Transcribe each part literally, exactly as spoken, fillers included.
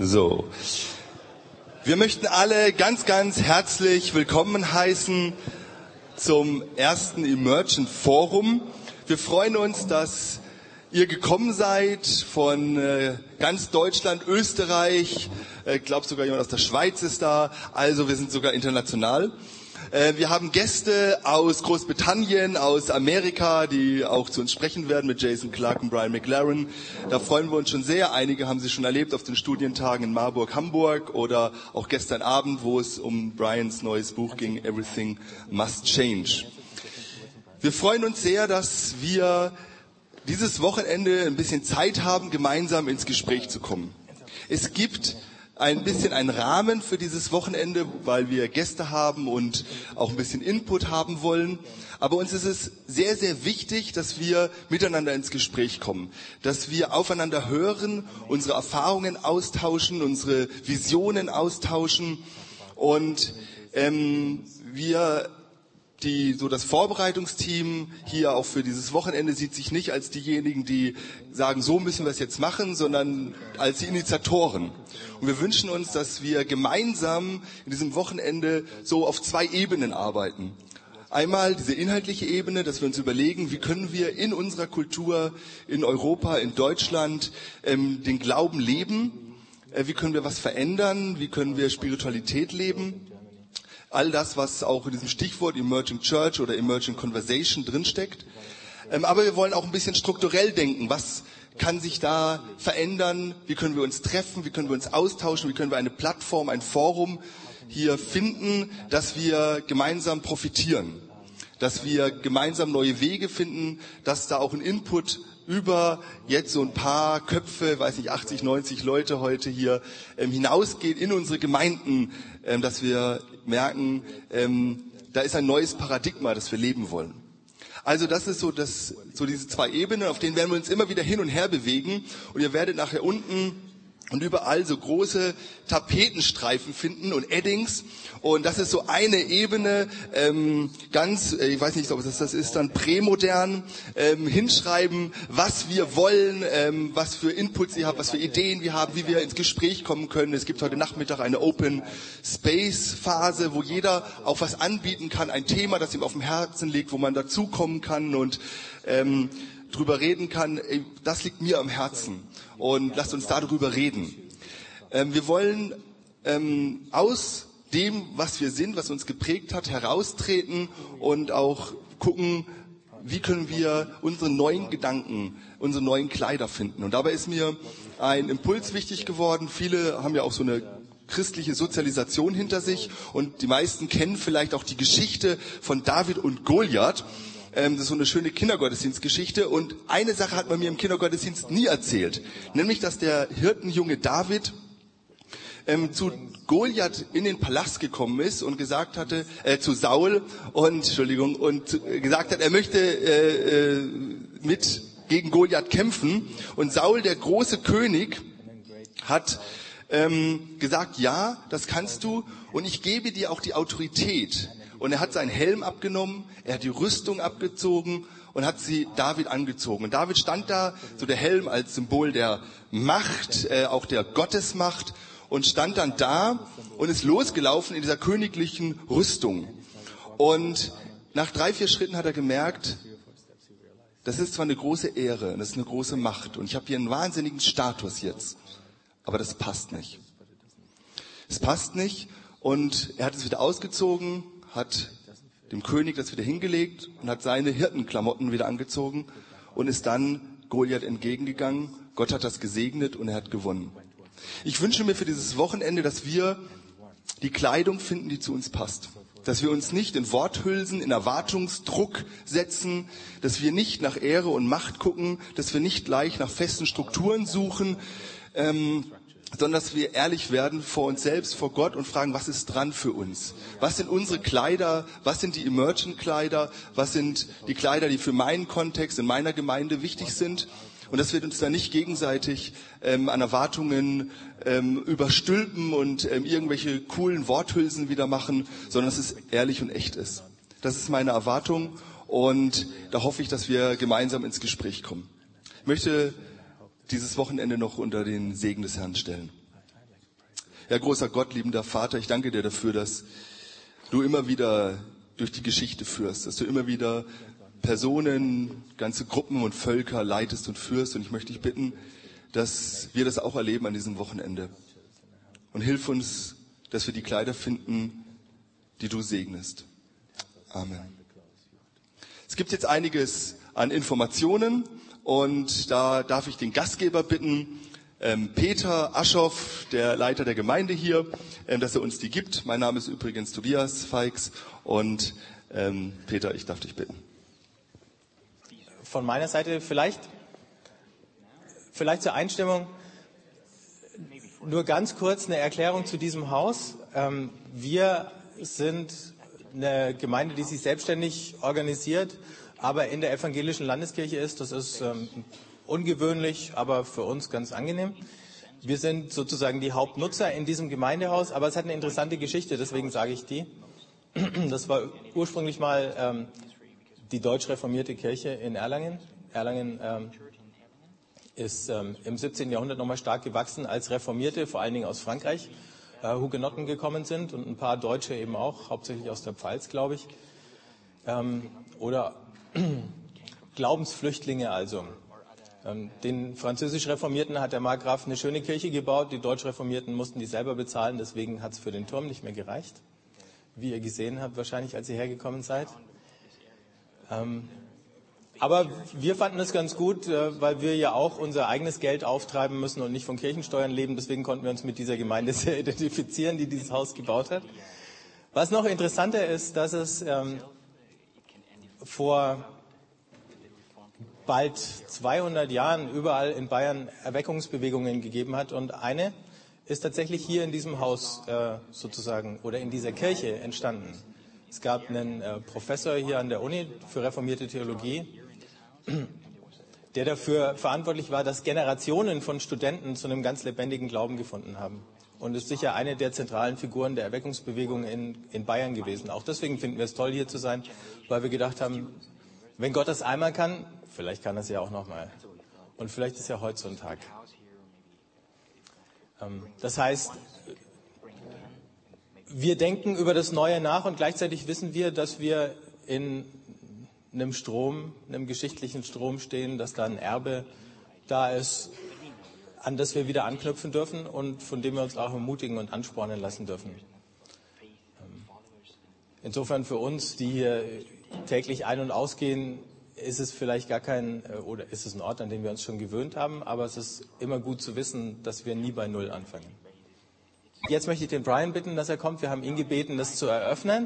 So, wir möchten alle ganz, ganz herzlich willkommen heißen zum ersten Emergent Forum. Wir freuen uns, dass ihr gekommen seid von äh, ganz Deutschland, Österreich, ich äh, glaube sogar jemand aus der Schweiz ist da, also wir sind sogar international. Äh, wir haben Gäste aus Großbritannien, aus Amerika, die auch zu uns sprechen werden mit Jason Clark und Brian McLaren. Da freuen wir uns schon sehr. Einige haben sie schon erlebt auf den Studientagen in Marburg, Hamburg oder auch gestern Abend, wo es um Brians neues Buch ging, Everything Must Change. Wir freuen uns sehr, dass wir dieses Wochenende ein bisschen Zeit haben, gemeinsam ins Gespräch zu kommen. Es gibt ein bisschen einen Rahmen für dieses Wochenende, weil wir Gäste haben und auch ein bisschen Input haben wollen. Aber uns ist es sehr, sehr wichtig, dass wir miteinander ins Gespräch kommen, dass wir aufeinander hören, unsere Erfahrungen austauschen, unsere Visionen austauschen und ähm, wir Die, so das Vorbereitungsteam hier auch für dieses Wochenende sieht sich nicht als diejenigen, die sagen, so müssen wir es jetzt machen, sondern als die Initiatoren. Und wir wünschen uns, dass wir gemeinsam in diesem Wochenende so auf zwei Ebenen arbeiten. Einmal diese inhaltliche Ebene, dass wir uns überlegen, wie können wir in unserer Kultur, in Europa, in Deutschland ähm, den Glauben leben, äh, wie können wir was verändern, wie können wir Spiritualität leben. All das, was auch in diesem Stichwort Emerging Church oder Emerging Conversation drinsteckt. Ähm, aber wir wollen auch ein bisschen strukturell denken. Was kann sich da verändern? Wie können wir uns treffen? Wie können wir uns austauschen? Wie können wir eine Plattform, ein Forum hier finden, dass wir gemeinsam profitieren? Dass wir gemeinsam neue Wege finden, dass da auch ein Input über jetzt so ein paar Köpfe, weiß nicht, achtzig, neunzig Leute heute hier ähm, hinausgeht in unsere Gemeinden, ähm, dass wir merken, ähm, da ist ein neues Paradigma, das wir leben wollen. Also das ist so, das, so diese zwei Ebenen, auf denen werden wir uns immer wieder hin und her bewegen und ihr werdet nachher unten und überall so große Tapetenstreifen finden und Eddings. Und das ist so eine Ebene, ähm, ganz, ich weiß nicht, ob das das ist, dann prämodern, ähm, hinschreiben, was wir wollen, ähm, was für Inputs ihr habt, was für Ideen wir haben, wie wir ins Gespräch kommen können. Es gibt heute Nachmittag eine Open Space Phase, wo jeder auch was anbieten kann, ein Thema, das ihm auf dem Herzen liegt, wo man dazukommen kann und ähm, drüber reden kann. Ey, das liegt mir am Herzen. Und lasst uns darüber reden. Ähm, wir wollen ähm, aus dem, was wir sind, was uns geprägt hat, heraustreten und auch gucken, wie können wir unsere neuen Gedanken, unsere neuen Kleider finden. Und dabei ist mir ein Impuls wichtig geworden. Viele haben ja auch so eine christliche Sozialisation hinter sich und die meisten kennen vielleicht auch die Geschichte von David und Goliath. Das ist so eine schöne Kindergottesdienstgeschichte und eine Sache hat man mir im Kindergottesdienst nie erzählt, nämlich dass der Hirtenjunge David ähm, zu Goliath in den Palast gekommen ist und gesagt hatte, äh, zu Saul und Entschuldigung und äh, gesagt hat, er möchte äh, äh, mit gegen Goliath kämpfen und Saul, der große König, hat ähm, gesagt, ja, das kannst du und ich gebe dir auch die Autorität. Und er hat seinen Helm abgenommen, er hat die Rüstung abgezogen und hat sie David angezogen. Und David stand da, so der Helm als Symbol der Macht, äh, auch der Gottesmacht, und stand dann da und ist losgelaufen in dieser königlichen Rüstung. Und nach drei, vier Schritten hat er gemerkt, das ist zwar eine große Ehre, das ist eine große Macht und ich habe hier einen wahnsinnigen Status jetzt, aber das passt nicht. Es passt nicht und er hat es wieder ausgezogen, hat dem König das wieder hingelegt und hat seine Hirtenklamotten wieder angezogen und ist dann Goliath entgegengegangen. Gott hat das gesegnet und er hat gewonnen. Ich wünsche mir für dieses Wochenende, dass wir die Kleidung finden, die zu uns passt. Dass wir uns nicht in Worthülsen, in Erwartungsdruck setzen, dass wir nicht nach Ehre und Macht gucken, dass wir nicht gleich nach festen Strukturen suchen, ähm, sondern dass wir ehrlich werden vor uns selbst, vor Gott und fragen, was ist dran für uns? Was sind unsere Kleider? Was sind die Emergent-Kleider? Was sind die Kleider, die für meinen Kontext in meiner Gemeinde wichtig sind? Und dass wir uns da nicht gegenseitig ähm, an Erwartungen ähm, überstülpen und ähm, irgendwelche coolen Worthülsen wieder machen, sondern dass es ehrlich und echt ist. Das ist meine Erwartung und da hoffe ich, dass wir gemeinsam ins Gespräch kommen. Ich möchte dieses Wochenende noch unter den Segen des Herrn stellen. Ja, großer Gott, liebender Vater, ich danke dir dafür, dass du immer wieder durch die Geschichte führst, dass du immer wieder Personen, ganze Gruppen und Völker leitest und führst. Und ich möchte dich bitten, dass wir das auch erleben an diesem Wochenende. Und hilf uns, dass wir die Kleider finden, die du segnest. Amen. Es gibt jetzt einiges an Informationen und da darf ich den Gastgeber bitten, ähm, Peter Aschoff, der Leiter der Gemeinde hier, ähm, dass er uns die gibt. Mein Name ist übrigens Tobias Feix und ähm, Peter, ich darf dich bitten. Von meiner Seite vielleicht, vielleicht zur Einstimmung nur ganz kurz eine Erklärung zu diesem Haus. Ähm, wir sind eine Gemeinde, die sich selbstständig organisiert, aber in der evangelischen Landeskirche ist. Das ist ähm, ungewöhnlich, aber für uns ganz angenehm. Wir sind sozusagen die Hauptnutzer in diesem Gemeindehaus, aber es hat eine interessante Geschichte, deswegen sage ich die. Das war ursprünglich mal ähm, die deutsch-reformierte Kirche in Erlangen. Erlangen ähm, ist ähm, im siebzehnten Jahrhundert nochmal stark gewachsen, als Reformierte, vor allen Dingen aus Frankreich, äh, Hugenotten gekommen sind und ein paar Deutsche eben auch, hauptsächlich aus der Pfalz, glaube ich. Ähm, oder Glaubensflüchtlinge also. Ähm, den französisch Reformierten hat der Markgraf eine schöne Kirche gebaut, die Deutsch-Reformierten mussten die selber bezahlen, deswegen hat es für den Turm nicht mehr gereicht. Wie ihr gesehen habt, wahrscheinlich, als ihr hergekommen seid. Ähm, aber wir fanden es ganz gut, äh, weil wir ja auch unser eigenes Geld auftreiben müssen und nicht von Kirchensteuern leben. Deswegen konnten wir uns mit dieser Gemeinde sehr identifizieren, die dieses Haus gebaut hat. Was noch interessanter ist, dass es ähm, vor bald zweihundert Jahren überall in Bayern Erweckungsbewegungen gegeben hat. Und eine ist tatsächlich hier in diesem Haus äh, sozusagen oder in dieser Kirche entstanden. Es gab einen äh, Professor hier an der Uni für reformierte Theologie, der dafür verantwortlich war, dass Generationen von Studenten zu einem ganz lebendigen Glauben gefunden haben. Und ist sicher eine der zentralen Figuren der Erweckungsbewegung in, in Bayern gewesen. Auch deswegen finden wir es toll, hier zu sein, weil wir gedacht haben, wenn Gott das einmal kann, vielleicht kann er es ja auch nochmal. Und vielleicht ist ja heute so ein Tag. Ähm, das heißt, wir denken über das Neue nach und gleichzeitig wissen wir, dass wir in einem Strom, einem geschichtlichen Strom stehen, dass da ein Erbe da ist, an das wir wieder anknüpfen dürfen und von dem wir uns auch ermutigen und anspornen lassen dürfen. Insofern für uns, die hier täglich ein- und ausgehen, ist es vielleicht gar kein, oder ist es ein Ort, an den wir uns schon gewöhnt haben, aber es ist immer gut zu wissen, dass wir nie bei Null anfangen. Jetzt möchte ich den Brian bitten, dass er kommt. Wir haben ihn gebeten, das zu eröffnen.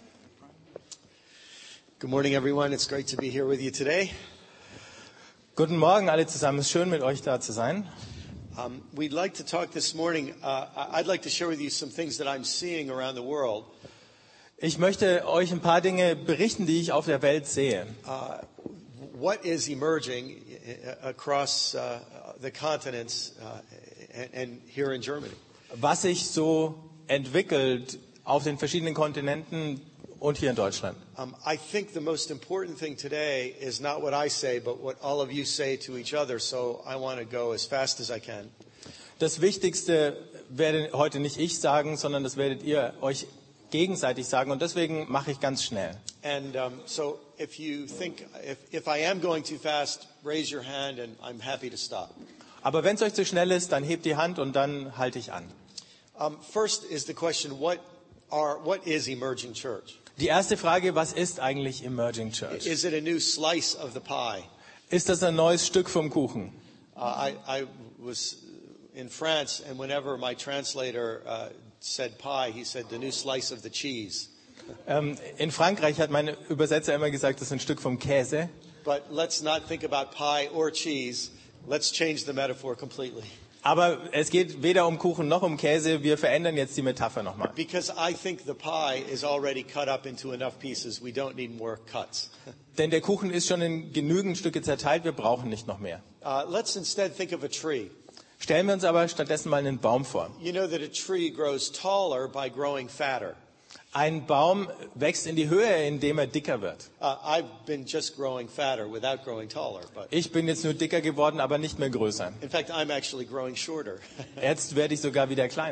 Good morning, everyone. It's great to be here with you today. Guten Morgen alle zusammen. Es ist schön, mit euch da zu sein. Um, we'd like to talk this morning. Uh, I'd like to share with you some things that I'm seeing around the world. Ich möchte euch ein paar Dinge berichten, die ich auf der Welt sehe. Uh, what is emerging across uh, the continents uh, and, and here in Germany? Was sich so entwickelt auf den verschiedenen Kontinenten und hier in Deutschland. Um, I think the most important thing today is not what I say, but what all of you say to each other. So I want to go as fast as I can. Das Wichtigste werde heute nicht ich sagen, sondern das werdet ihr euch gegenseitig sagen. Und deswegen mache ich ganz schnell. And um, so if you think, if, if I am going too fast, raise your hand and I'm happy to stop. Aber wenn es euch zu schnell ist, dann hebt die Hand und dann halte ich an. Um, first is the question, what are, what is emerging church? Die erste Frage, was ist eigentlich Emerging Church? Is it a new slice of the pie? Ist das ein neues Stück vom Kuchen? Uh, I, I was in France, and whenever my translator uh, said pie, he said the new slice of the cheese. Ähm, in Frankreich hat mein Übersetzer immer gesagt, das ist ein Stück vom Käse. But let's not think about pie or cheese. Let's change the metaphor completely. Aber es geht weder um Kuchen noch um Käse. Wir verändern jetzt die Metapher nochmal. Because I think the pie is already cut up into enough pieces. We don't need more cuts. Denn der Kuchen ist schon in genügend Stücke zerteilt. Wir brauchen nicht noch mehr. Uh, let's instead think of a tree. Stellen wir uns aber stattdessen mal einen Baum vor. You know that a tree grows taller by growing fatter. Ein Baum wächst in die Höhe, indem er dicker wird. Uh, I've been just growing fatter without growing taller, but Ich bin jetzt nur dicker geworden, aber nicht mehr größer. in fact, I'm actually growing shorter. Jetzt werde ich sogar wieder kleiner.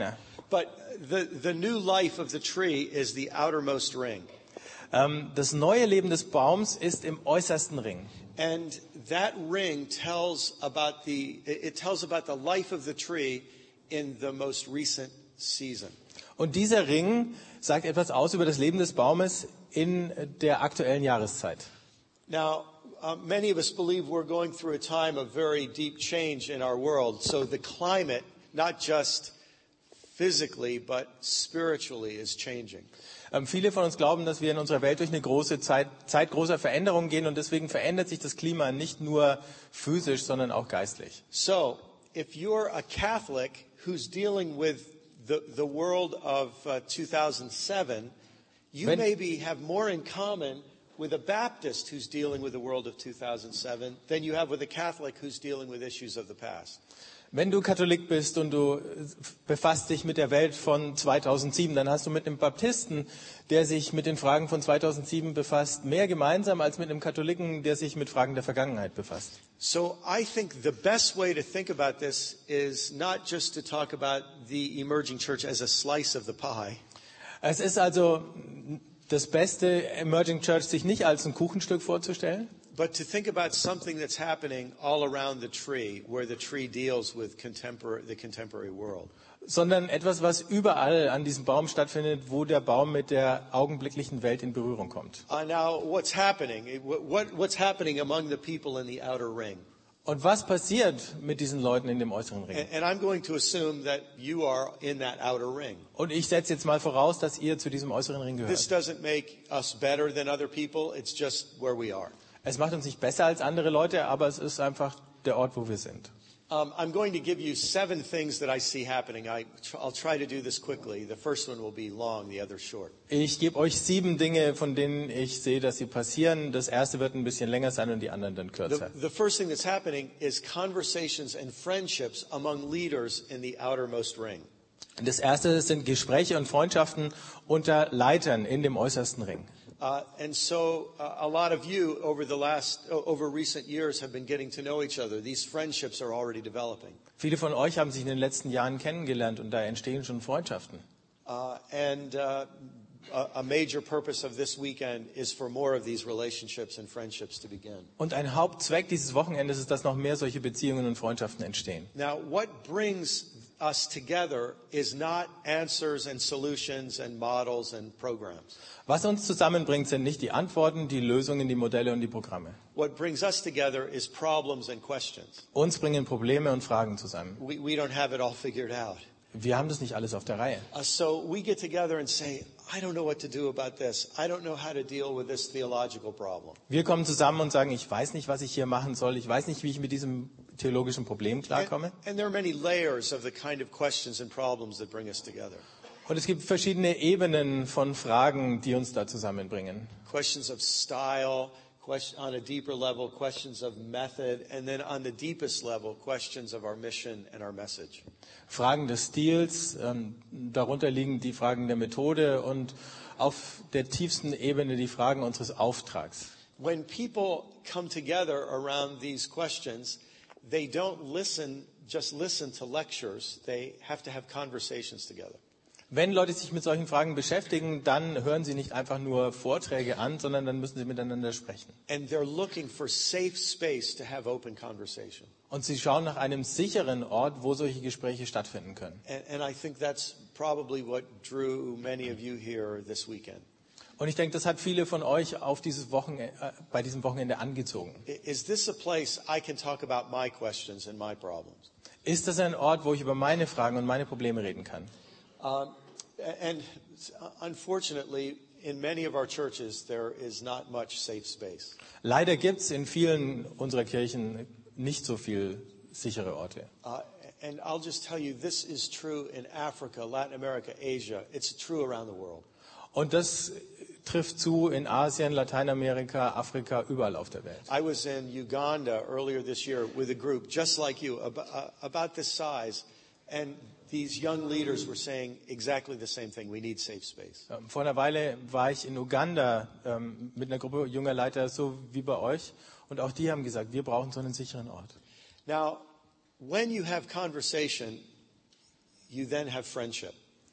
But the, the new life of the tree is the outermost ring. Ähm, das neue Leben des Baums ist im äußersten Ring. And that ring tells about the, it tells about the life of the tree in the most recent season. Und dieser Ring sagt etwas aus über das Leben des Baumes in der aktuellen Jahreszeit. Now, uh, many of us believe we're going through a time of very deep change in our world. So the climate, not just physically, but spiritually, is changing. Ähm, viele von uns glauben, dass wir in unserer Welt durch eine große Zeit, Zeit großer Veränderungen gehen und deswegen verändert sich das Klima nicht nur physisch, sondern auch geistlich. So, if you're a Catholic who's dealing with the, the world of uh, two thousand seven, you Wenn- maybe have more in common with a Baptist who's dealing with the world of two thousand seven than you have with a Catholic who's dealing with issues of the past. Wenn du Katholik bist und du äh, befasst dich mit der Welt von zweitausendsieben, dann hast du mit einem Baptisten, der sich mit den Fragen von zweitausendsieben befasst, mehr gemeinsam als mit einem Katholiken, der sich mit Fragen der Vergangenheit befasst. So I think the best way to think about this is not just to talk about the emerging church as a slice of the pie, Es ist also das Beste, Emerging Church sich nicht als ein Kuchenstück vorzustellen, but to think about something that's happening all around the tree, where the tree deals with contemporary, the contemporary world. sondern etwas, was überall an diesem Baum stattfindet, wo der Baum mit der augenblicklichen Welt in Berührung kommt. Uh, now, what's happening? What, what, what's happening among the people in the outer ring? Und was passiert mit diesen Leuten in dem äußeren Ring? And, and I'm going to assume that you are in that outer ring. Und ich setze jetzt mal voraus, dass ihr zu diesem äußeren Ring This gehört. doesn't make us better than other people. It's just where we are. Es macht uns nicht besser als andere Leute, aber es ist einfach der Ort, wo wir sind. Um, I'm going to give you seven things that I see happening. I, I'll try to do this quickly. The first one will be long, the other short. Ich gebe euch sieben Dinge, von denen ich sehe, dass sie passieren. Das erste wird ein bisschen länger sein und die anderen dann The, kürzer. the first thing that's happening is conversations and friendships among leaders in the outermost ring. Das erste sind Gespräche und Freundschaften unter Leitern in dem äußersten Ring. Uh, and so uh, a lot of you over the last, o- over recent years have been getting to know each other. These friendships are already developing. Viele von euch haben sich in den letzten Jahren kennengelernt und da entstehen schon Freundschaften. Uh, and uh, a, a major purpose of this weekend is for more of these relationships and friendships to begin. Und ein Hauptzweck dieses Wochenendes ist, dass noch mehr solche Beziehungen und Freundschaften entstehen. Now, what brings us together is not answers and solutions and models and programs. Was uns zusammenbringt, sind nicht die Antworten, die Lösungen, die Modelle und die Programme. What brings us together is problems and questions. Uns bringen Probleme und Fragen zusammen. We, we don't have it all figured out. Wir haben das nicht alles auf der Reihe. Uh, so we get together and say, I don't know what to do about this. I don't know how to deal with this theological problem. Wir kommen zusammen und sagen, ich weiß nicht, was ich hier machen soll. Ich weiß nicht, wie ich mit diesem theologischen Problem And, klarkomme. and there are many layers of the kind of questions and problems that bring us together. Und es gibt verschiedene Ebenen von Fragen, die uns da zusammenbringen. Questions of style, question, on a deeper level, questions of method, and then on the deepest level, questions of our mission and our message. Fragen des Stils, ähm, darunter liegen die Fragen der Methode und auf der tiefsten Ebene die Fragen unseres Auftrags. When people come together around these questions, they don't listen, just listen to lectures. They have to have conversations together. Wenn Leute sich mit solchen Fragen beschäftigen, dann hören sie nicht einfach nur Vorträge an, sondern dann müssen sie miteinander sprechen. And they're looking for safe space to have open conversation. Und sie schauen nach einem sicheren Ort, wo solche Gespräche stattfinden können. And, and I think that's probably what drew many of you here this weekend. Und ich denke, das hat viele von euch auf dieses Wochenende, äh, bei diesem Wochenende angezogen. I- Is this a place I can talk about my questions and my problems? Ist das ein Ort, wo ich über meine Fragen und meine Probleme reden kann? Um, and unfortunately, in many of our churches, there is not much safe space. Leider gibt es in vielen unserer Kirchen nicht so viel sichere Orte. Uh, and I'll just tell you, this is true in Africa, Latin America, Asia. It's true around the world. Und das trifft zu in Asien, Lateinamerika, Afrika, überall auf der Welt. I was in Uganda earlier this year with a group just like you, about, uh, about this size, and these young leaders were saying exactly the same thing. We need safe space. Ähm, Vor einer Weile war ich in Uganda ähm, mit einer Gruppe junger Leiter, so wie bei euch. Und auch die haben gesagt, wir brauchen so einen sicheren Ort. Now, when you have conversation, you then have friendship.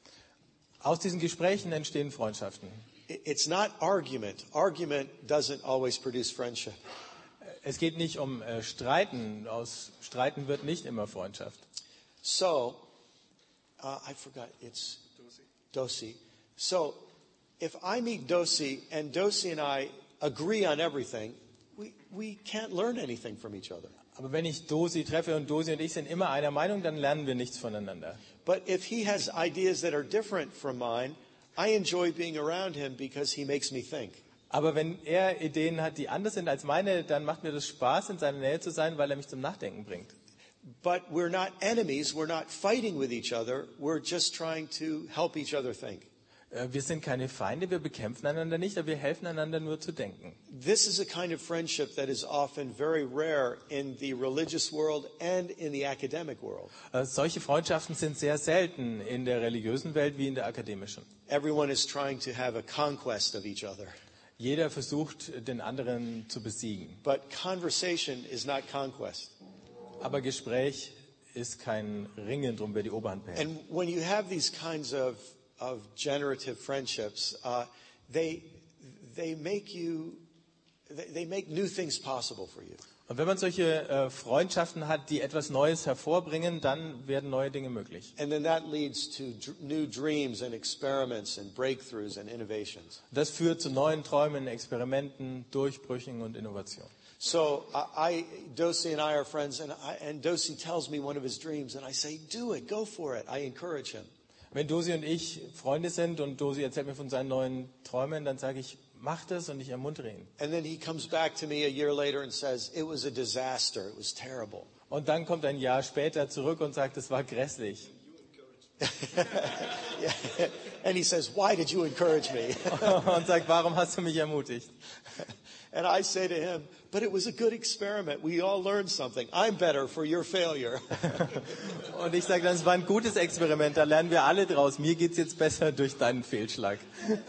Aus diesen Gesprächen entstehen Freundschaften. It's not argument. Argument doesn't always produce friendship. Es geht nicht um äh, Streiten. Aus Streiten wird nicht immer Freundschaft. So, uh, I forgot, it's Dosi. So, if I meet Dosi and Dosi and I agree on everything, we, we can't learn anything from each other. Aber wenn ich Dosi treffe und Dosi und ich sind immer einer Meinung, dann lernen wir nichts voneinander. But if he has ideas that are different from mine, I enjoy being around him because he makes me think. Aber wenn er Ideen hat, die anders sind als meine, dann macht mir das Spaß, in seiner Nähe zu sein, weil er mich zum Nachdenken bringt. But we're not enemies, we're not fighting with each other, we're just trying to help each other think. Äh, Wir sind keine Feinde, wir bekämpfen einander nicht, aber wir helfen einander nur zu denken. This is a kind of friendship that is often very rare in the religious world and in the academic world. Äh, Solche Freundschaften sind sehr selten in der religiösen Welt wie in der akademischen. Everyone is trying to have a conquest of each other. Jeder versucht, den anderen zu besiegen. But conversation is not conquest. Aber Gespräch ist kein Ringen drum, wer die Oberhand behält. And when you have these kinds of, of generative friendships, uh, they, they make you, they, they make new things possible for you. Und wenn man solche äh, Freundschaften hat, die etwas Neues hervorbringen, dann werden neue Dinge möglich. And then that leads to dr- new dreams and experiments and breakthroughs and innovations. Das führt zu neuen Träumen, Experimenten, Durchbrüchen und Innovationen. So I, I Dosi and I are friends, and, I, and Dosi tells me one of his dreams, and I say, do it, go for it. I encourage him. Wenn Dosi und ich Freunde sind und Dosi erzählt mir von seinen neuen Träumen, dann sage ich, mach das und ich ermuntere ihn. And then he comes back to me a year later and says, it was a disaster, it was terrible. Und dann kommt ein Jahr später zurück und sagt, es war grässlich. Yeah. And he says, why did you encourage me? Und sagt, warum hast du mich ermutigt? And I say to him, but it was a good experiment. We all learned something. I'm better for your failure. Und ich sage, das war ein gutes Experiment, da lernen wir alle draus. Mir geht's jetzt besser durch deinen Fehlschlag.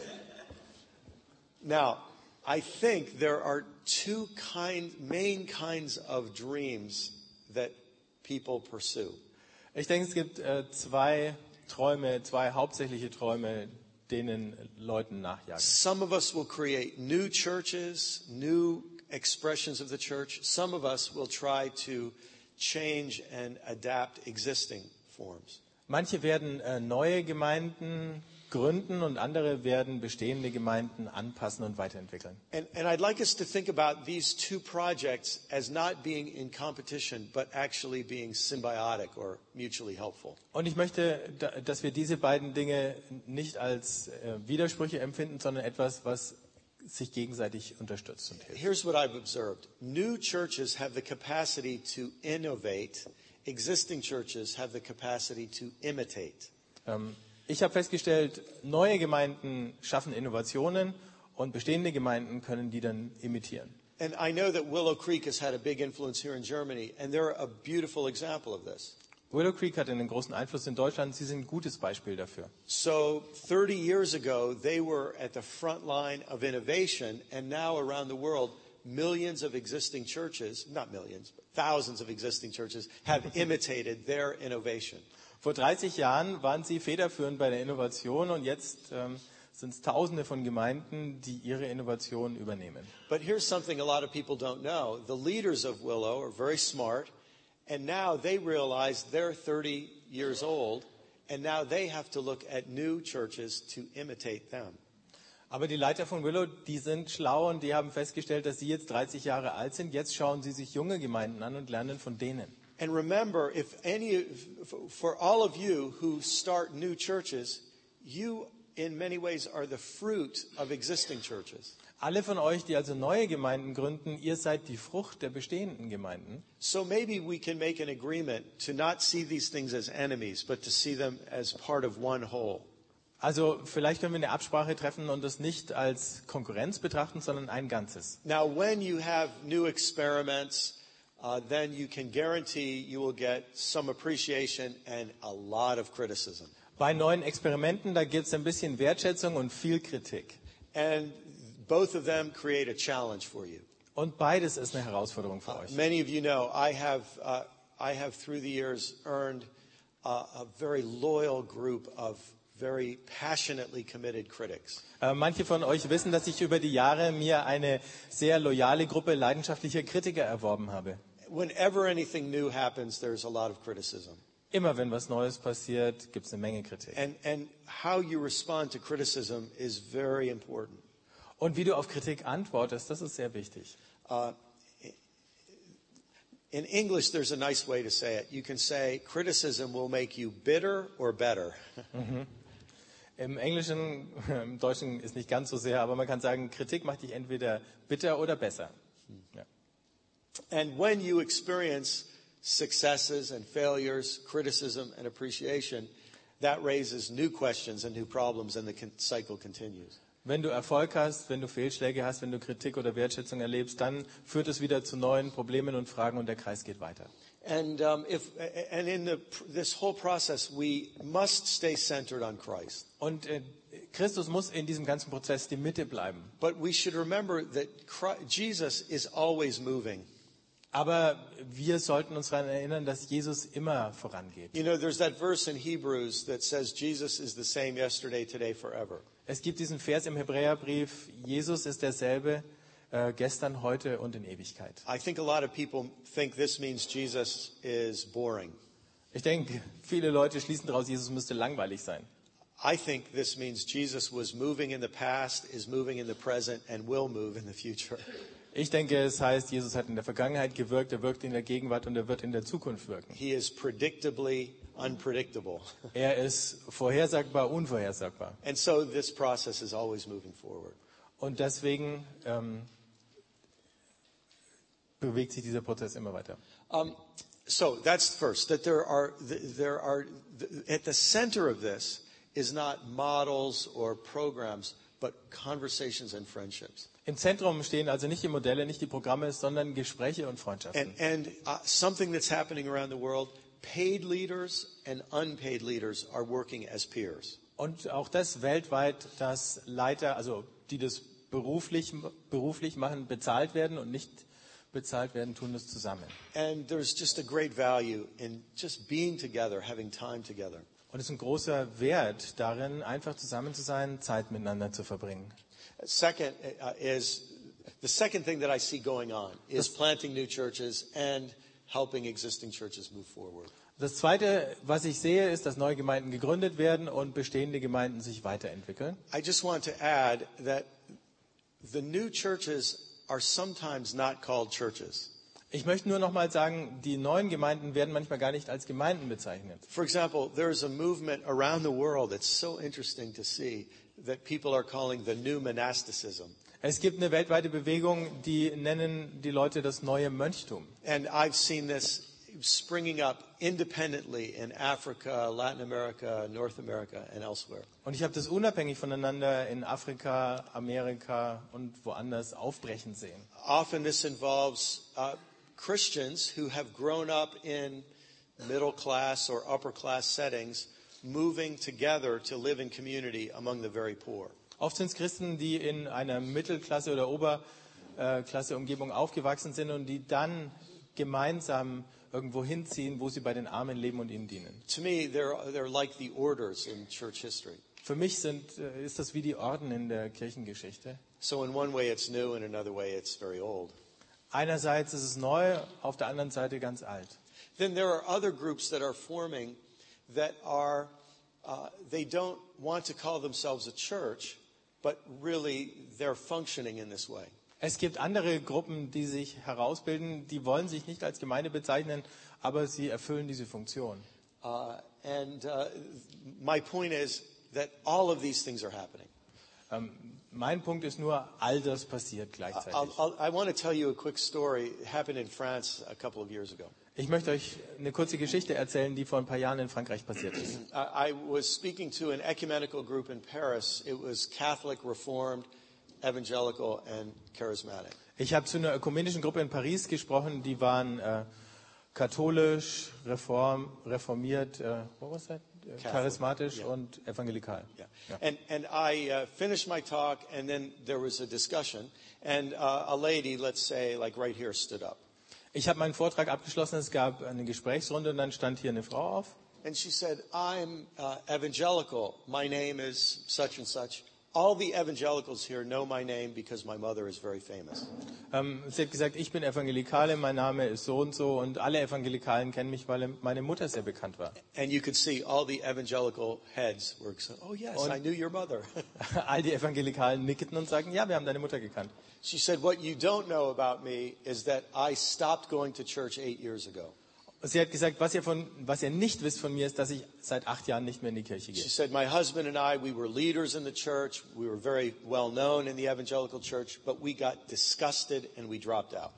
Now, I think there are two kind, main kinds of dreams that people pursue. Ich denke, es gibt äh, zwei Träume, zwei hauptsächliche Träume, denen Leuten nachjagen. Some of us will create new churches, new expressions of the church. Some of us will try to change and adapt existing forms. Manche werden äh, neue Gemeinden gründen und andere werden bestehende Gemeinden anpassen und weiterentwickeln. And, and I'd like us to think about these two projects as not being in competition, but actually being symbiotic or mutually helpful. Und ich möchte, da, dass wir diese beiden Dinge nicht als äh, Widersprüche empfinden, sondern etwas, was sich gegenseitig unterstützt und hilft. Here's what I've observed. New churches have the capacity to innovate. Existing churches have the capacity to imitate. Ähm, Ich habe festgestellt, neue Gemeinden schaffen Innovationen und bestehende Gemeinden können die dann imitieren. And I know that Willow Creek has had a big influence here in Germany, and they're a beautiful example of this. Willow Creek hat einen großen Einfluss in Deutschland. Sie sind ein gutes Beispiel dafür. So thirty years ago, they were at the front line of innovation, and now around the world, millions of existing churches, not millions, but thousands of existing churches have imitated their innovation. Vor dreißig Jahren waren sie federführend bei der Innovation und jetzt ähm, sind es Tausende von Gemeinden, die ihre Innovation übernehmen. But here's something a lot of people don't know. The leaders of Willow are very smart, and now they realize they're thirty years old, and now they have to look at new churches to imitate them. Aber die Leiter von Willow, die sind schlau und die haben festgestellt, dass sie jetzt dreißig Jahre alt sind. Jetzt schauen sie sich junge Gemeinden an und lernen von denen. And remember, if any, for all of you who start new churches, you in many ways are the fruit of existing churches. Alle von euch, die also neue Gemeinden gründen, ihr seid die Frucht der bestehenden Gemeinden. So maybe we can make an agreement to not see these things as enemies, but to see them as part of one whole. Also vielleicht können wir eine Absprache treffen und das nicht als Konkurrenz betrachten, sondern ein Ganzes. Now, when you have new experiments, uh, then you can guarantee you will get some appreciation and a lot of criticism. Bei neuen Experimenten, da gibt es ein bisschen Wertschätzung und viel Kritik. And both of them create a challenge for you. Und beides ist eine Herausforderung für Uh, euch. many of you know I have, uh, I have through the years earned uh, a very loyal group of very passionately committed critics. Äh, manche von euch wissen, dass ich über die Jahre mir eine sehr loyale Gruppe leidenschaftlicher Kritiker erworben habe. Whenever anything new happens, there's a lot of criticism. Immer wenn was Neues passiert, gibt es eine Menge Kritik. And, and how you respond to criticism is very important. Und wie du auf Kritik antwortest, das ist sehr wichtig. Uh, in English, there's a nice way to say it. You can say criticism will make you bitter or better. Mhm. Im Englischen, im Deutschen ist nicht ganz so sehr, aber man kann sagen, Kritik macht dich entweder bitter oder besser. Ja. And when you experience successes and failures, criticism and appreciation, that raises new questions and new problems, and the con- cycle continues. Wenn du Erfolg hast, wenn du Fehlschläge hast, wenn du Kritik oder Wertschätzung erlebst, dann führt es wieder zu neuen Problemen und Fragen und der Kreis geht weiter. And um, if and in the, this whole process, we must stay centered on Christ. Und äh, Christus muss in diesem ganzen Prozess die Mitte bleiben. But we should remember that Christ, Jesus is always moving. Aber wir sollten uns daran erinnern, dass Jesus immer vorangeht. You know, there's that verse in Hebrews that says Jesus is the same yesterday, today, forever. Es gibt diesen Vers im Hebräerbrief, Jesus ist derselbe äh, gestern, heute und in Ewigkeit. I think a lot of people think this means Jesus is boring. Ich denke, viele Leute schließen daraus, Jesus müsste langweilig sein. I think this means Jesus was moving in the past, is moving in the present, and will move in the future. Ich denke, es heißt, Jesus hat in der Vergangenheit gewirkt, er wirkt in der Gegenwart und er wird in der Zukunft wirken. He is predictably unpredictable. Er ist vorhersagbar, unvorhersagbar. And so this process is always moving forward. Und deswegen ähm, bewegt sich dieser Prozess immer weiter. Um, so that's first, that there are, there are, at the center of this is not models or programs, but conversations and friendships. Im Zentrum stehen also nicht die Modelle, nicht die Programme, sondern Gespräche und Freundschaften. And, and uh, something that's happening around the world, paid leaders and unpaid leaders are working as peers. Und auch das weltweit, dass Leiter, also die das beruflich, beruflich machen, bezahlt werden und nicht bezahlt werden, tun das zusammen. And there's just a great value in just being together, having time together. Und es ist ein großer Wert darin, einfach zusammen zu sein, Zeit miteinander zu verbringen. Second uh, is the second thing that I see going on is planting new churches and helping existing churches move forward. Das Zweite, was ich sehe, ist, dass neue Gemeinden gegründet werden und bestehende Gemeinden sich weiterentwickeln. I just want to add that the new churches are sometimes not called churches. Ich möchte nur noch mal sagen, die neuen Gemeinden werden manchmal gar nicht als Gemeinden bezeichnet. For example, there's a movement around the world that's so interesting to see that people are calling the new monasticism. Es gibt eine weltweite Bewegung, die nennen die Leute das neue Mönchtum. And I've seen this springing up independently in Africa, Latin America, North America, and elsewhere. Und ich habe das unabhängig voneinander in Afrika, Amerika und woanders aufbrechen sehen. Often this involves uh, Christians who have grown up in middle class or upper class settings, moving together to live in community among the very poor. Oft sind es Christen, die in einer Mittelklasse oder Oberklasse Umgebung aufgewachsen sind und die dann gemeinsam irgendwo hinziehen, wo sie bei den Armen leben und ihnen dienen. To me, they're, they're like the orders in church history. Für mich sind, ist das wie die Orden in der Kirchengeschichte. So in one way it's new, in another way it's very old. Einerseits ist es neu, auf der anderen Seite ganz alt. Then there are other groups that are forming that are, uh, they don't want to call themselves a church, but really they're functioning in this way. Es gibt andere Gruppen, die sich herausbilden, die wollen sich nicht als Gemeinde bezeichnen, aber sie erfüllen diese Funktion. Uh, and uh, my point is that all of these things are happening. Ähm, mein Punkt ist nur, all das passiert gleichzeitig. I'll, I'll, I want to tell you a quick story. It happened in France a couple of years ago. Ich möchte euch eine kurze Geschichte erzählen, die vor ein paar Jahren in Frankreich passiert ist. I was speaking to an ecumenical group in Paris. It was Catholic, Reformed, Evangelical and Charismatic. Ich habe zu einer ökumenischen Gruppe in Paris gesprochen, die waren äh, katholisch, reform, reformiert, äh, what was that? charismatisch yeah. und evangelikal. Yeah. Ja. And, and I uh, finished my talk and then there was a discussion and uh, a lady, let's say like right here, stood up. Ich habe meinen Vortrag abgeschlossen, es gab eine Gesprächsrunde und dann stand hier eine Frau auf. And she said, I'm uh, evangelical. My name is such and such. All the evangelicals here know my name because my mother is very famous. Ähm, sie hat gesagt, ich bin Evangelikale, mein Name ist so und so und alle Evangelikalen kennen mich, weil meine Mutter sehr bekannt war. And you could see all the evangelical heads were saying, oh yes, Und- I knew your mother. All die Evangelikalen nickten und sagten, ja, wir haben deine Mutter gekannt. She said, what you don't know about me is that I stopped going to church eight years ago. Sie hat gesagt, was ihr, von, was ihr nicht wisst von mir, ist, dass ich seit acht Jahren nicht mehr in die Kirche gehe. She said, my husband and I, we were leaders in the church. We were very well known in the evangelical church, but we got disgusted and we dropped out.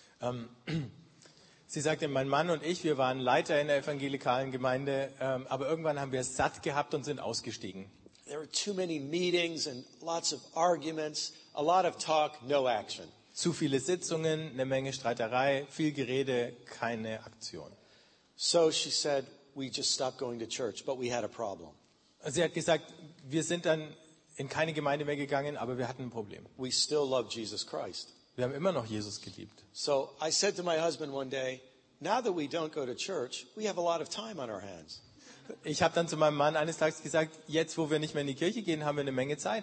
Sie sagte, mein Mann und ich, wir waren Leiter in der evangelikalen Gemeinde, ähm, aber irgendwann haben wir es satt gehabt und sind ausgestiegen. There were too many meetings and lots of arguments, a lot of talk, no action. Zu viele Sitzungen, eine Menge Streiterei, viel Gerede, keine Aktion. So she said, we just stopped going to church, but we had a problem. Sie hat gesagt, wir sind dann in keine Gemeinde mehr gegangen, aber wir hatten ein Problem. We still love Jesus Christ. Wir haben immer noch Jesus geliebt. So I said to my husband one day, now that we don't go to church, we have a lot of time on our hands. Ich habe dann zu meinem Mann eines Tages gesagt, jetzt wo wir nicht mehr in die Kirche gehen, haben wir eine Menge Zeit.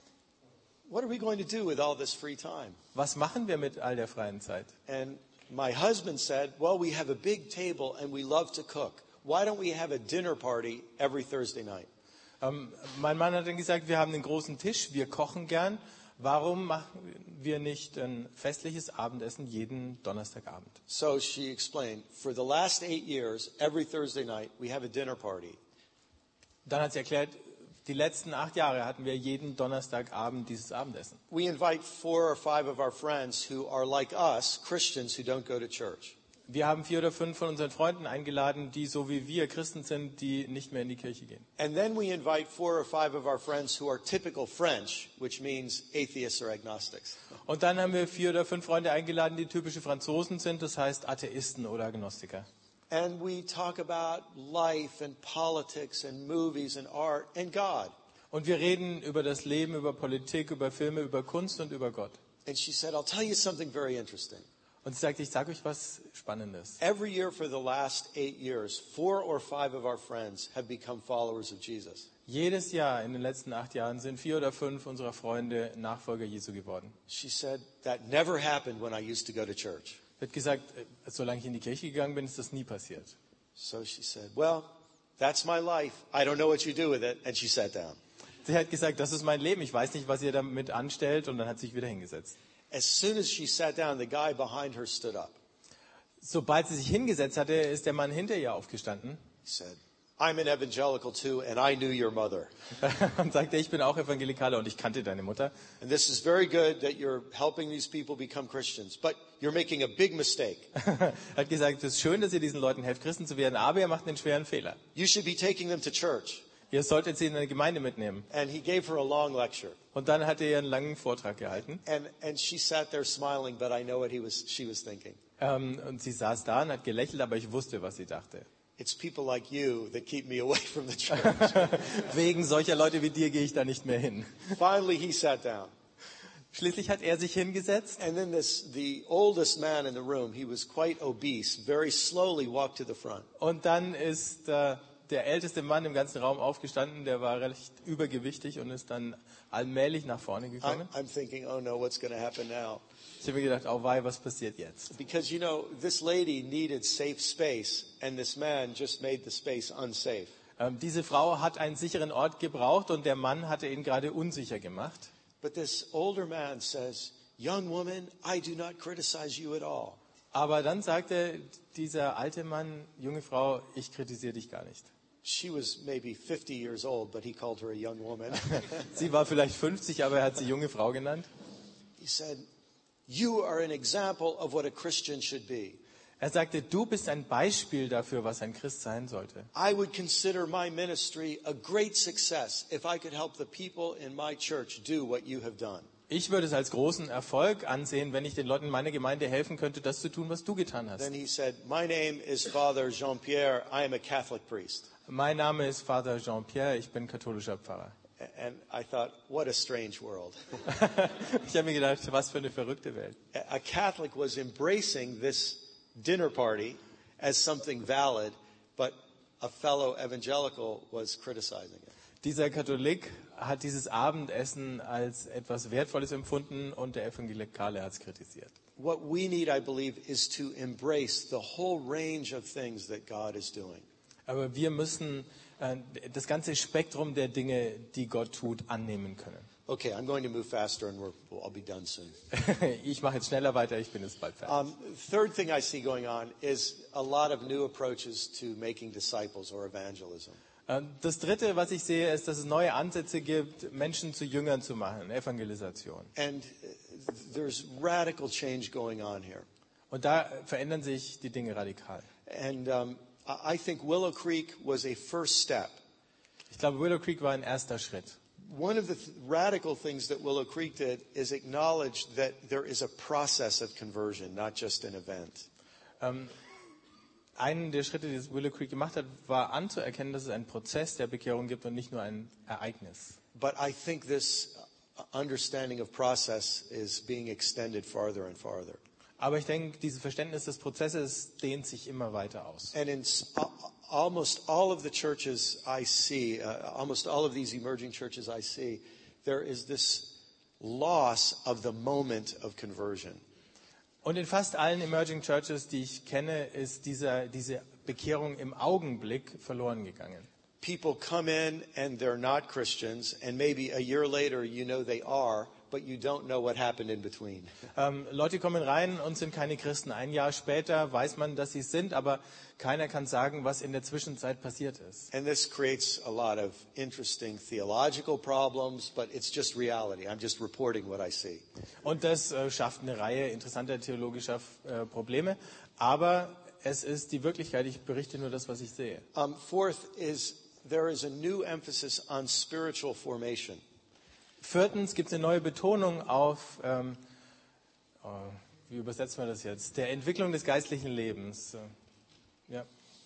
What are we going to do with all this free time? Was machen wir mit all der freien Zeit? And my husband said, well, we have a big table and we love to cook. Why don't we have a dinner party every Thursday night? Ähm, mein Mann hat dann gesagt, wir haben einen großen Tisch, wir kochen gern. Warum machen wir nicht ein festliches Abendessen jeden Donnerstagabend? So she explained, for the last eight years, every Thursday night, we have a dinner party. Dann hat sie erklärt, die letzten acht Jahre hatten wir jeden Donnerstagabend dieses Abendessen. We invite four or five of our friends who are like us, Christians who don't go to church. Wir haben vier oder fünf von unseren Freunden eingeladen, die so wie wir Christen sind, die nicht mehr in die Kirche gehen. And then we invite four or five of our friends who are typical French, which means atheists or agnostics. Und dann haben wir vier oder fünf Freunde eingeladen, die typische Franzosen sind, das heißt Atheisten oder Agnostiker. And we talk about life and politics and movies and art and God. Und wir reden über das Leben, über Politik, über Filme, über Kunst und über Gott. And she said, I'll tell you something very interesting. Und sie sagte, ich sage euch was Spannendes. Every year for the last eight years, four or five of our friends have become followers of Jesus. Jedes Jahr in den letzten acht Jahren sind vier oder fünf unserer Freunde Nachfolger Jesu geworden. She said, that never happened when I used to go to church. Sie hat gesagt, äh, solange ich in die Kirche gegangen bin, ist das nie passiert. So she said, well, that's my life. I don't know what you do with it. And she sat down. Sie hat gesagt, das ist mein Leben, ich weiß nicht, was ihr damit anstellt, und dann hat sie sich wieder hingesetzt. As soon as she sat down, the guy behind her stood up. Sobald sie sich hingesetzt hatte, ist der Mann hinter ihr aufgestanden He said, I'm an evangelical too, and I knew your mother. und sagte, ich bin auch Evangelikaler und ich kannte deine Mutter. And this is very good that you're helping these people become Christians, but you're making a big mistake. Er hat gesagt, es ist schön, dass ihr diesen Leuten helft, Christen zu werden, aber ihr macht einen schweren Fehler. You should be taking them to church. Ihr solltet sie in eine Gemeinde mitnehmen. And he gave her a long lecture. Und dann hat er ihr einen langen Vortrag gehalten. And, and she sat there smiling, but I know what he was, she was thinking. Ähm, und sie saß da und hat gelächelt, aber ich wusste, was sie dachte. It's people like you that keep me away from the church. Wegen solcher Leute wie dir gehe ich da nicht mehr hin. Finally, he sat down. Schließlich hat er sich hingesetzt. And then this, the oldest man in the room, he was quite obese, very slowly walked to the front. Und dann ist äh, der älteste Mann im ganzen Raum aufgestanden, der war recht übergewichtig und ist dann allmählich nach vorne I'm, gekommen. I'm thinking, oh no, what's going to happen now? Ich habe mir gedacht, oh wei, was passiert jetzt? Because, you know, this lady needed safe space, and this man just made the space unsafe. Ähm, diese Frau hat einen sicheren Ort gebraucht und der Mann hatte ihn gerade unsicher gemacht. But this older man says, young woman, I do not criticize you at all. Aber dann sagte dieser alte Mann, junge Frau, ich kritisiere dich gar nicht. She was maybe fifty years old, but he called her a young woman. Sie war vielleicht fünfzig, aber er hat sie junge Frau genannt. He said, you are an example of what a Christian should be. Er sagte, du bist ein Beispiel dafür, was ein Christ sein sollte. I would consider my ministry a great success if I could help the people in my church do what you have done. Ich würde es als großen Erfolg ansehen, wenn ich den Leuten in meiner Gemeinde helfen könnte, das zu tun, was du getan hast. Then he said, my name is Father Jean-Pierre. I am a Catholic priest. Mein Name ist Vater Jean-Pierre, ich bin katholischer Pfarrer. And I thought, what a strange world. Ich habe mir gedacht, was für eine verrückte Welt. A Catholic was embracing this dinner party as something valid, but a fellow evangelical was criticizing it. Dieser Katholik hat dieses Abendessen als etwas Wertvolles empfunden und der Evangelikale hat es kritisiert. What we need, I believe, is to embrace the whole range of things that God is doing. Aber wir müssen äh, das ganze Spektrum der Dinge, die Gott tut, annehmen können. Okay, I'm going to move faster and we're, well, I'll be done soon. Ich mache jetzt schneller weiter, ich bin jetzt bald fertig. Um, third thing I see going on is a lot of new approaches to making disciples or evangelism. Das Dritte, was ich sehe, ist, dass es neue Ansätze gibt, Menschen zu Jüngern zu machen, Evangelisation. And there's radical change going on here. Und da verändern sich die Dinge radikal. And um, I think Willow Creek was a first step. Ich glaube, Willow Creek war ein erster Schritt. One of the th- radical things that Willow Creek did is acknowledge that there is a process of conversion, not just an event. Ähm, Einen der Schritte, die Willow Creek gemacht hat, war anzuerkennen, dass es einen Prozess der Bekehrung gibt und nicht nur ein Ereignis. But I think this understanding of process is being extended farther and farther. Aber ich denke, dieses Verständnis des Prozesses dehnt sich immer weiter aus. And in s- a- almost all of the churches I see, uh, almost all of these emerging churches I see, there is this loss of the moment of conversion. Und in fast allen Emerging Churches, die ich kenne, ist dieser, diese Bekehrung im Augenblick verloren gegangen. People come in and they're not Christians, and maybe a year later you know they are, but you don't know what happened in between. Ähm, Leute kommen rein und sind keine Christen. Ein Jahr später weiß man, dass sie es sind, aber keiner kann sagen, was in der Zwischenzeit passiert ist. And this creates a lot of interesting theological problems, but it's just reality. I'm just reporting what I see. Und das äh, schafft eine Reihe interessanter theologischer äh, Probleme. Aber es ist die Wirklichkeit. Ich berichte nur das, was ich sehe. Um, fourth is there is a new emphasis on spiritual formation. Viertens gibt es eine neue Betonung auf, ähm, oh, wie übersetzt man das jetzt, der Entwicklung des geistlichen Lebens. Äh, Ja.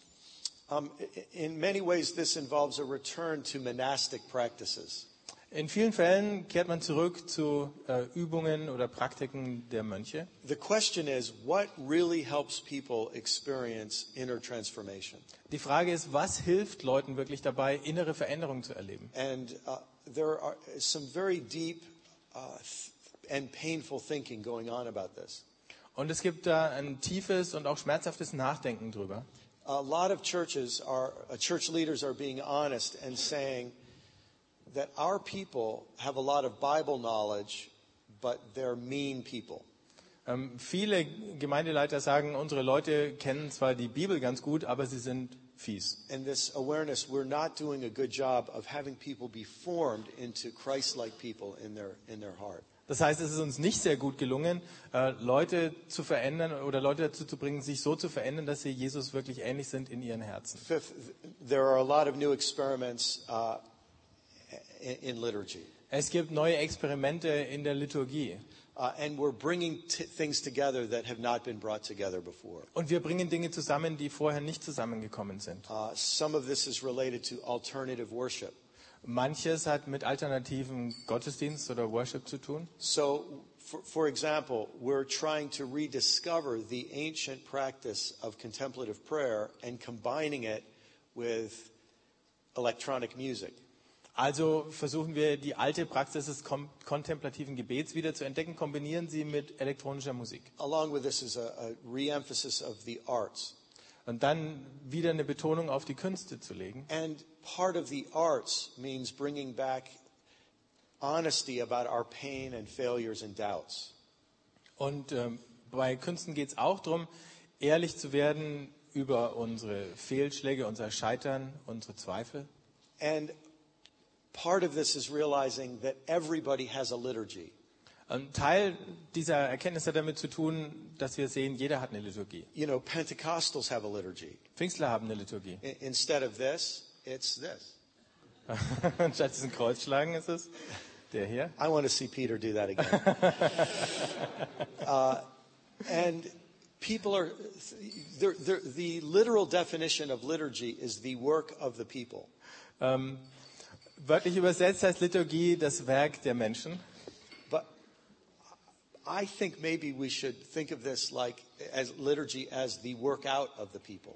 Um, in many ways, this involves a return to monastic practices. In vielen Fällen kehrt man zurück zu äh, Übungen oder Praktiken der Mönche. The question is, what really helps people experience inner transformation? Die Frage ist, was hilft Leuten wirklich dabei, innere Veränderung zu erleben? And uh, there are some very deep uh, th- and painful thinking going on about this. Und es gibt da ein tiefes und auch schmerzhaftes Nachdenken drüber. A lot of churches are, uh, church leaders are being honest and saying that our people have a lot of Bible knowledge, but they're mean people. Ähm, viele Gemeindeleiter sagen, unsere Leute kennen zwar die Bibel ganz gut, aber sie sind fies. And this awareness, we're not doing a good job of having people be formed into Christ-like people in their, in their heart. Das heißt, es ist uns nicht sehr gut gelungen, äh, Leute zu verändern oder Leute dazu zu bringen, sich so zu verändern, dass sie Jesus wirklich ähnlich sind in ihren Herzen. Fifth, there are a lot of new experiments uh, in, in liturgy. Es gibt neue Experimente in der Liturgie. Uh, and we're bringing t- things together that have not been brought together before. Und wir bringen Dinge zusammen, die vorher nicht zusammengekommen sind. Uh, some of this is related to alternative worship. Manches hat mit alternativen Gottesdienst oder Worship zu tun. So, for, for example, we're trying to rediscover the ancient practice of contemplative prayer and combining it with electronic music. Also versuchen wir, die alte Praxis des kom- kontemplativen Gebets wieder zu entdecken, kombinieren sie mit elektronischer Musik. Along with this is a, a re-emphasis of the arts. Und dann wieder eine Betonung auf die Künste zu legen. And part of the arts means bringing back honesty about our pain and failures and doubts. Und ähm, bei Künsten geht es auch darum, ehrlich zu werden über unsere Fehlschläge, unser Scheitern, unsere Zweifel. And part of this is realizing that everybody has a liturgy. Ein Teil dieser Erkenntnis hat damit zu tun, dass wir sehen, jeder hat eine Liturgie. You know, Pentecostals have a liturgy. Pfingstler haben eine Liturgie. I- instead of this, it's this. Anstatt diesen Kreuzschlagen ist es der hier. I want to see Peter do that again. uh, and people are, they're, they're, the literal definition of liturgy is the work of the people. Ähm, wörtlich übersetzt heißt Liturgie das Werk der Menschen. But I think maybe we should think of this like as liturgy as the workout of the people.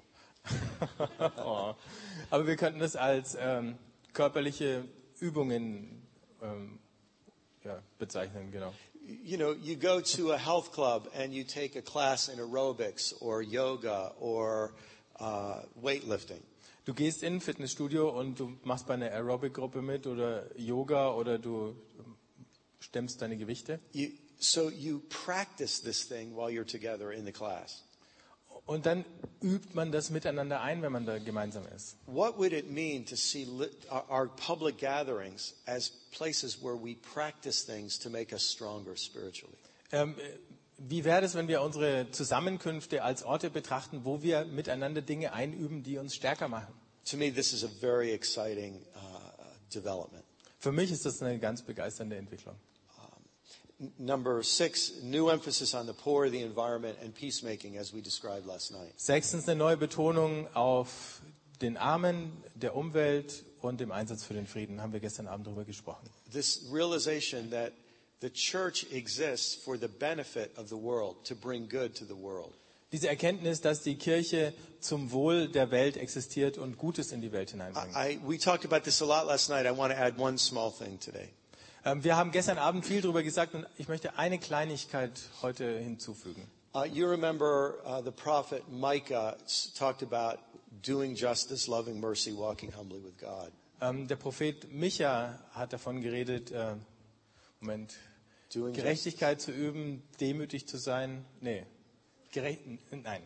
Oh. Aber wir könnten das als ähm, körperliche Übungen ähm, ja, bezeichnen, genau. You know, you go to a health club and you take a class in aerobics or yoga or uh, weightlifting. Du gehst in ein Fitnessstudio und du machst bei einer Aerobic-Gruppe mit oder Yoga oder du stemmst deine Gewichte. You, so you practice this thing while you're together in the class. Und dann übt man das miteinander ein, wenn man da gemeinsam ist. What would it mean to see li- our, our public gatherings as places where we practice things to make us stronger spiritually? Ähm, wie wäre es, wenn wir unsere Zusammenkünfte als Orte betrachten, wo wir miteinander Dinge einüben, die uns stärker machen? To me, this is a very exciting uh, development. Für mich ist das eine ganz begeisternde Entwicklung. N- Number six, new emphasis on the poor, the environment, and peacemaking, as we described last night. Sechstens eine neue Betonung auf den Armen, der Umwelt und dem Einsatz für den Frieden. Haben wir gestern Abend darüber gesprochen. This realization that the church exists for the benefit of the world, to bring good to the world. Diese Erkenntnis, dass die Kirche zum Wohl der Welt existiert und Gutes in die Welt hineinbringt. I, I, we talked about this a lot last night. I want to add one small thing today. Ähm, Wir haben gestern Abend viel darüber gesagt und ich möchte eine Kleinigkeit heute hinzufügen. Uh, you remember uh, the prophet Micah s- talked about doing justice, loving mercy, walking humbly with God. Ähm, Der Prophet Micha hat davon geredet, äh, Moment, Doing Gerechtigkeit zu üben, demütig zu sein. Nee, gerecht, nein.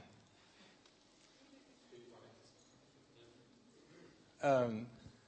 Ähm,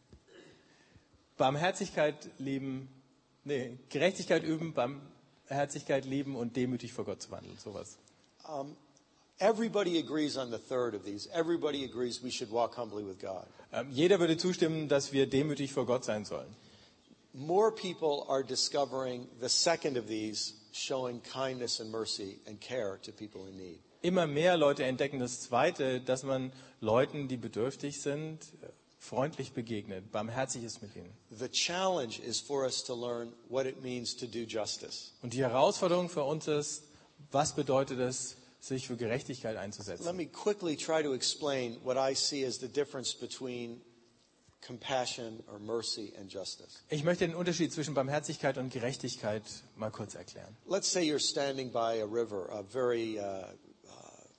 Barmherzigkeit lieben, nee, Gerechtigkeit üben, Barmherzigkeit lieben und demütig vor Gott zu wandeln, sowas. Um, everybody agrees on the third of these. Everybody agrees we should walk humbly with God. Ähm, Jeder würde zustimmen, dass wir demütig vor Gott sein sollen. More people are discovering the second of these, showing kindness and mercy and care to people in need. Immer mehr Leute entdecken das Zweite, dass man Leuten, die bedürftig sind, freundlich begegnet, barmherzig ist mit ihnen. The challenge is for us to learn what it means to do justice. Und die Herausforderung für uns ist, was bedeutet es, sich für Gerechtigkeit Let einzusetzen? me quickly try to explain what I see as the difference between compassion or mercy and justice. Ich möchte den Unterschied zwischen Barmherzigkeit und Gerechtigkeit mal kurz erklären. Let's say you're standing by a river, a very uh, uh,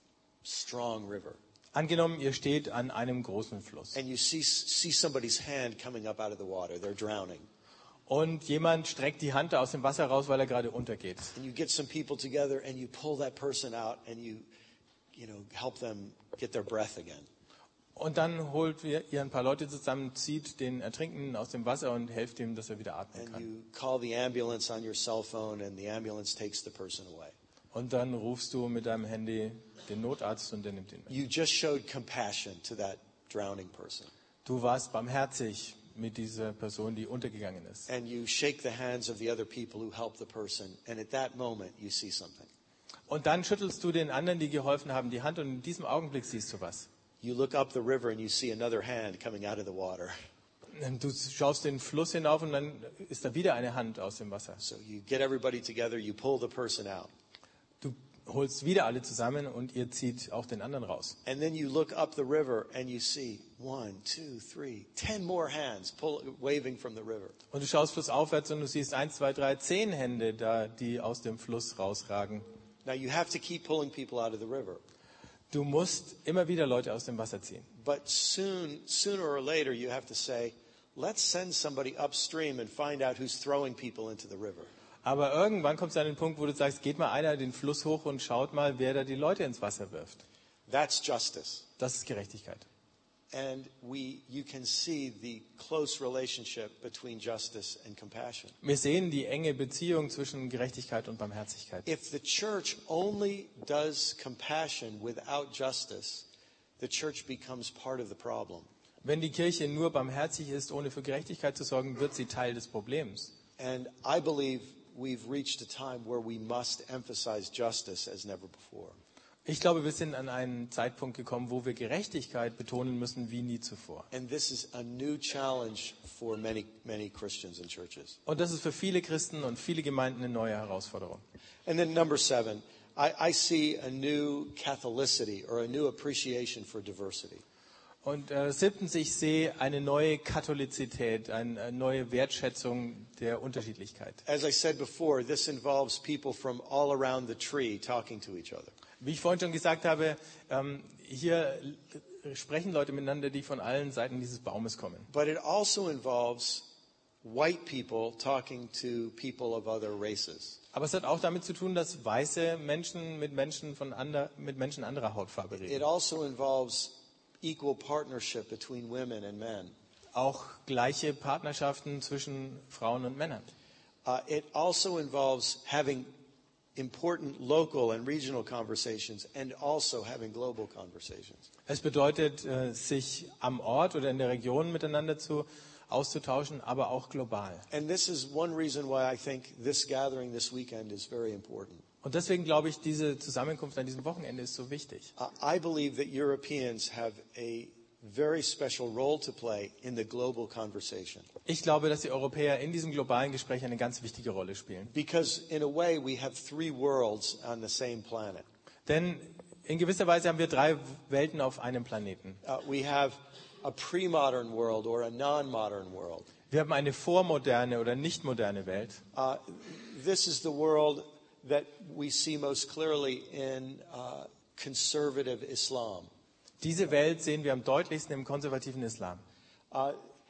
strong river, Angenommen, ihr steht an einem großen Fluss and you see see somebody's hand coming up out of the water. They're drowning. und jemand streckt die Hand aus dem Wasser raus, weil er gerade untergeht. And you get some people together and you pull that person out and you, you know, help them get their breath again. Und dann holt ihr ihr ein paar Leute zusammen, zieht den Ertrinkenden aus dem Wasser und helft ihm, dass er wieder atmen And kann. you call the ambulance on your cell phone and the ambulance takes the person away. Und dann rufst du mit deinem Handy den Notarzt und der nimmt ihn mit. You just showed compassion to that drowning person. Du warst barmherzig mit dieser Person, die untergegangen ist. And you shake the hands of the other people who helped the person. And at that moment, you see something. Und dann schüttelst du den anderen, die geholfen haben, die Hand und in diesem Augenblick siehst du was. You look up the river and you see another hand coming out of the water. Du schaust den Fluss hinauf und dann ist da wieder eine Hand aus dem Wasser. So you get everybody together, you pull the person out. Du holst wieder alle zusammen und ihr zieht auch den anderen raus. And then you look up the river and you see one, two, three, ten more hands pull, waving from the river. Und du schaust flussaufwärts und du siehst eins, zwei, drei, zehn Hände da, die aus dem Fluss rausragen. Now you have to keep pulling people out of the river. Du musst immer wieder Leute aus dem Wasser ziehen. But soon, sooner or later, you have to say, let's send somebody upstream and find out who's throwing people into the river. Aber irgendwann kommst du an den Punkt, wo du sagst, geht mal einer den Fluss hoch und schaut mal, wer da die Leute ins Wasser wirft. That's justice. Das ist Gerechtigkeit. And we, you can see the close relationship between justice and compassion. Wir sehen die enge Beziehung zwischen Gerechtigkeit und Barmherzigkeit. If the church only does compassion without justice, the church becomes part of the problem. Wenn die Kirche nur barmherzig ist, ohne für Gerechtigkeit zu sorgen, wird sie Teil des Problems. And I believe we've reached a time where we must emphasize justice as never before. Ich glaube, wir sind an einen Zeitpunkt gekommen, wo wir Gerechtigkeit betonen müssen wie nie zuvor. And this is a new challenge for many, many Christians and churches. Und das ist für viele Christen und viele Gemeinden eine neue Herausforderung. And then number seven, I, I see a new Catholicity or a new appreciation for diversity. Und äh, siebtens, ich sehe eine neue Katholizität, eine neue Wertschätzung der Unterschiedlichkeit. As I said before, this involves people from all around the tree talking to each other. Wie ich vorhin schon gesagt habe, ähm, hier sprechen Leute miteinander, die von allen Seiten dieses Baumes kommen. But it also involves white people talking to people of other races. Aber es hat auch damit zu tun, dass weiße Menschen mit Menschen von ander, mit Menschen anderer Hautfarbe It reden. also involves equal partnership between women and men. Auch gleiche Partnerschaften zwischen Frauen und Männern. Uh, it also involves having important local and regional conversations and also having global conversations. Es bedeutet, äh, sich am Ort oder in der Region miteinander zu auszutauschen, aber auch global. And this is one reason why I think this gathering this weekend is very important. Und deswegen glaube ich, diese Zusammenkunft an diesem Wochenende ist so wichtig. Uh, I believe that Europeans have a very special role to play in the global conversation. Ich glaube, dass die Europäer in diesem globalen Gespräch eine ganz wichtige Rolle spielen. Because in a way we have three worlds on the same planet. Denn in gewisser Weise haben wir drei Welten auf einem Planeten. Uh, we have a pre-modern world or a non-modern world. Wir haben eine vormoderne oder nicht moderne Welt. Uh, this is the world that we see most clearly in uh, conservative Islam. Diese Welt sehen wir am deutlichsten im konservativen Islam. Uh,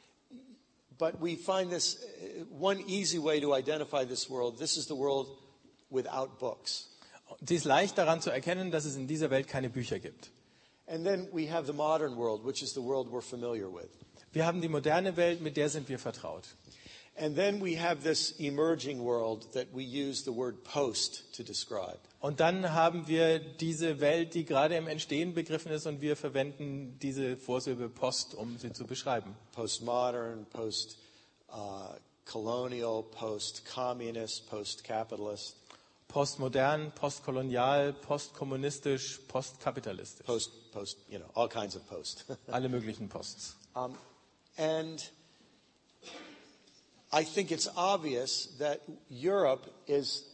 but we find this uh, one easy way to identify this world. This is the world without books. Sie ist leicht daran zu erkennen, dass es in dieser Welt keine Bücher gibt. And then we have the modern world, which is the world we're familiar with. Wir haben die moderne Welt, mit der sind wir vertraut. And then we have this emerging world that we use the word post to describe. Und dann haben wir diese Welt, die gerade im Entstehen begriffen ist, und wir verwenden diese Vorsilbe Post, um sie zu beschreiben. Postmodern, post-colonial, post-communist, post-capitalist. Postmodern, postkolonial, postkommunistisch, postkapitalistisch. Post, post, you know, all kinds of post. Alle möglichen Posts. um, and I think it's obvious that Europe is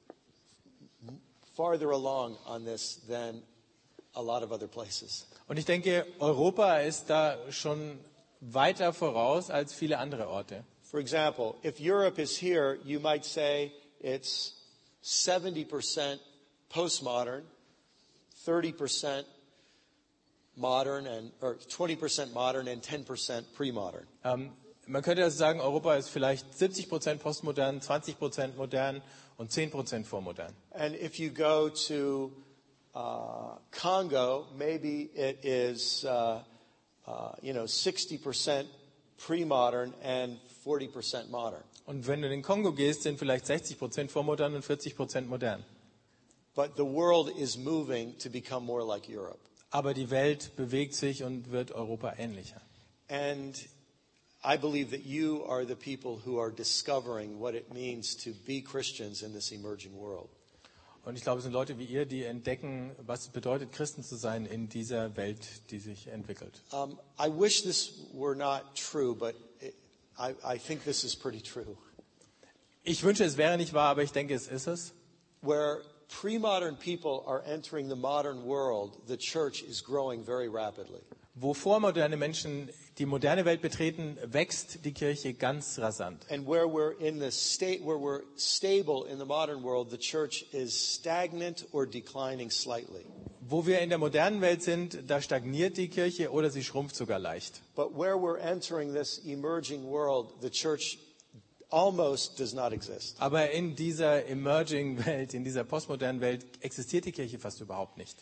farther along on this than a lot of other places. Und ich denke, Europa ist da schon weiter voraus als viele andere Orte. For example, if Europe is here, you might say it's seventy percent postmodern, thirty percent modern, and or twenty percent modern and ten percent pre-modern. Ähm, man könnte also sagen, Europa ist vielleicht siebzig Prozent postmodern, zwanzig Prozent modern und zehn Prozent vormodern. And if you go to uh, Congo, maybe it is uh, uh, you know sixty percent pre-modern and forty percent modern. Und wenn du in den Kongo gehst, sind vielleicht sechzig Prozent vormodern und vierzig Prozent modern. But the world is moving to become more like Europe. Aber die Welt bewegt sich und wird Europa ähnlicher. And I believe that you are the people who are discovering what it means to be Christians in this emerging world. Und ich glaube, es sind Leute wie ihr, die entdecken, was es bedeutet, Christen zu sein in dieser Welt, die sich entwickelt. Um, I wish this were not true, but it, I, I think this is pretty true. Ich wünsche, es wäre nicht wahr, aber ich denke, es ist es. Where pre-modern people are entering the modern world, the church is growing very rapidly. Wo vormoderne Menschen die moderne Welt betreten, wächst die Kirche ganz rasant. And where we're in the state where we're stable in the modern world, the church is stagnant or declining slightly. Wo wir in der modernen Welt sind, da stagniert die Kirche oder sie schrumpft sogar leicht. But where we're entering this emerging world, the church almost does not exist. Aber in dieser emerging Welt, in dieser postmodernen Welt existiert die Kirche fast überhaupt nicht.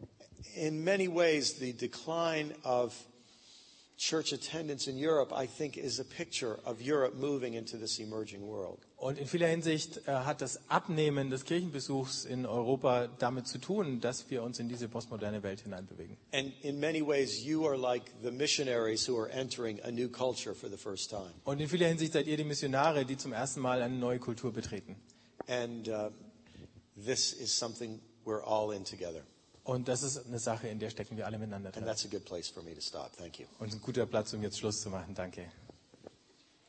In many ways, the decline of church attendance in Europe, I think, is a picture of Europe moving into this emerging world. Und in vieler Hinsicht äh, hat das Abnehmen des Kirchenbesuchs in Europa damit zu tun, dass wir uns in diese postmoderne Welt hineinbewegen. And in many ways, you are like the missionaries who are entering a new culture for the first time. Und in vieler Hinsicht seid ihr die Missionare, die zum ersten Mal eine neue Kultur betreten. And uh, this is something we're all in together. Und das ist eine Sache, in der stecken wir alle miteinander And drin. that's a good place for me to stop. Thank you. Und ein guter Platz, um jetzt Schluss zu machen. Danke.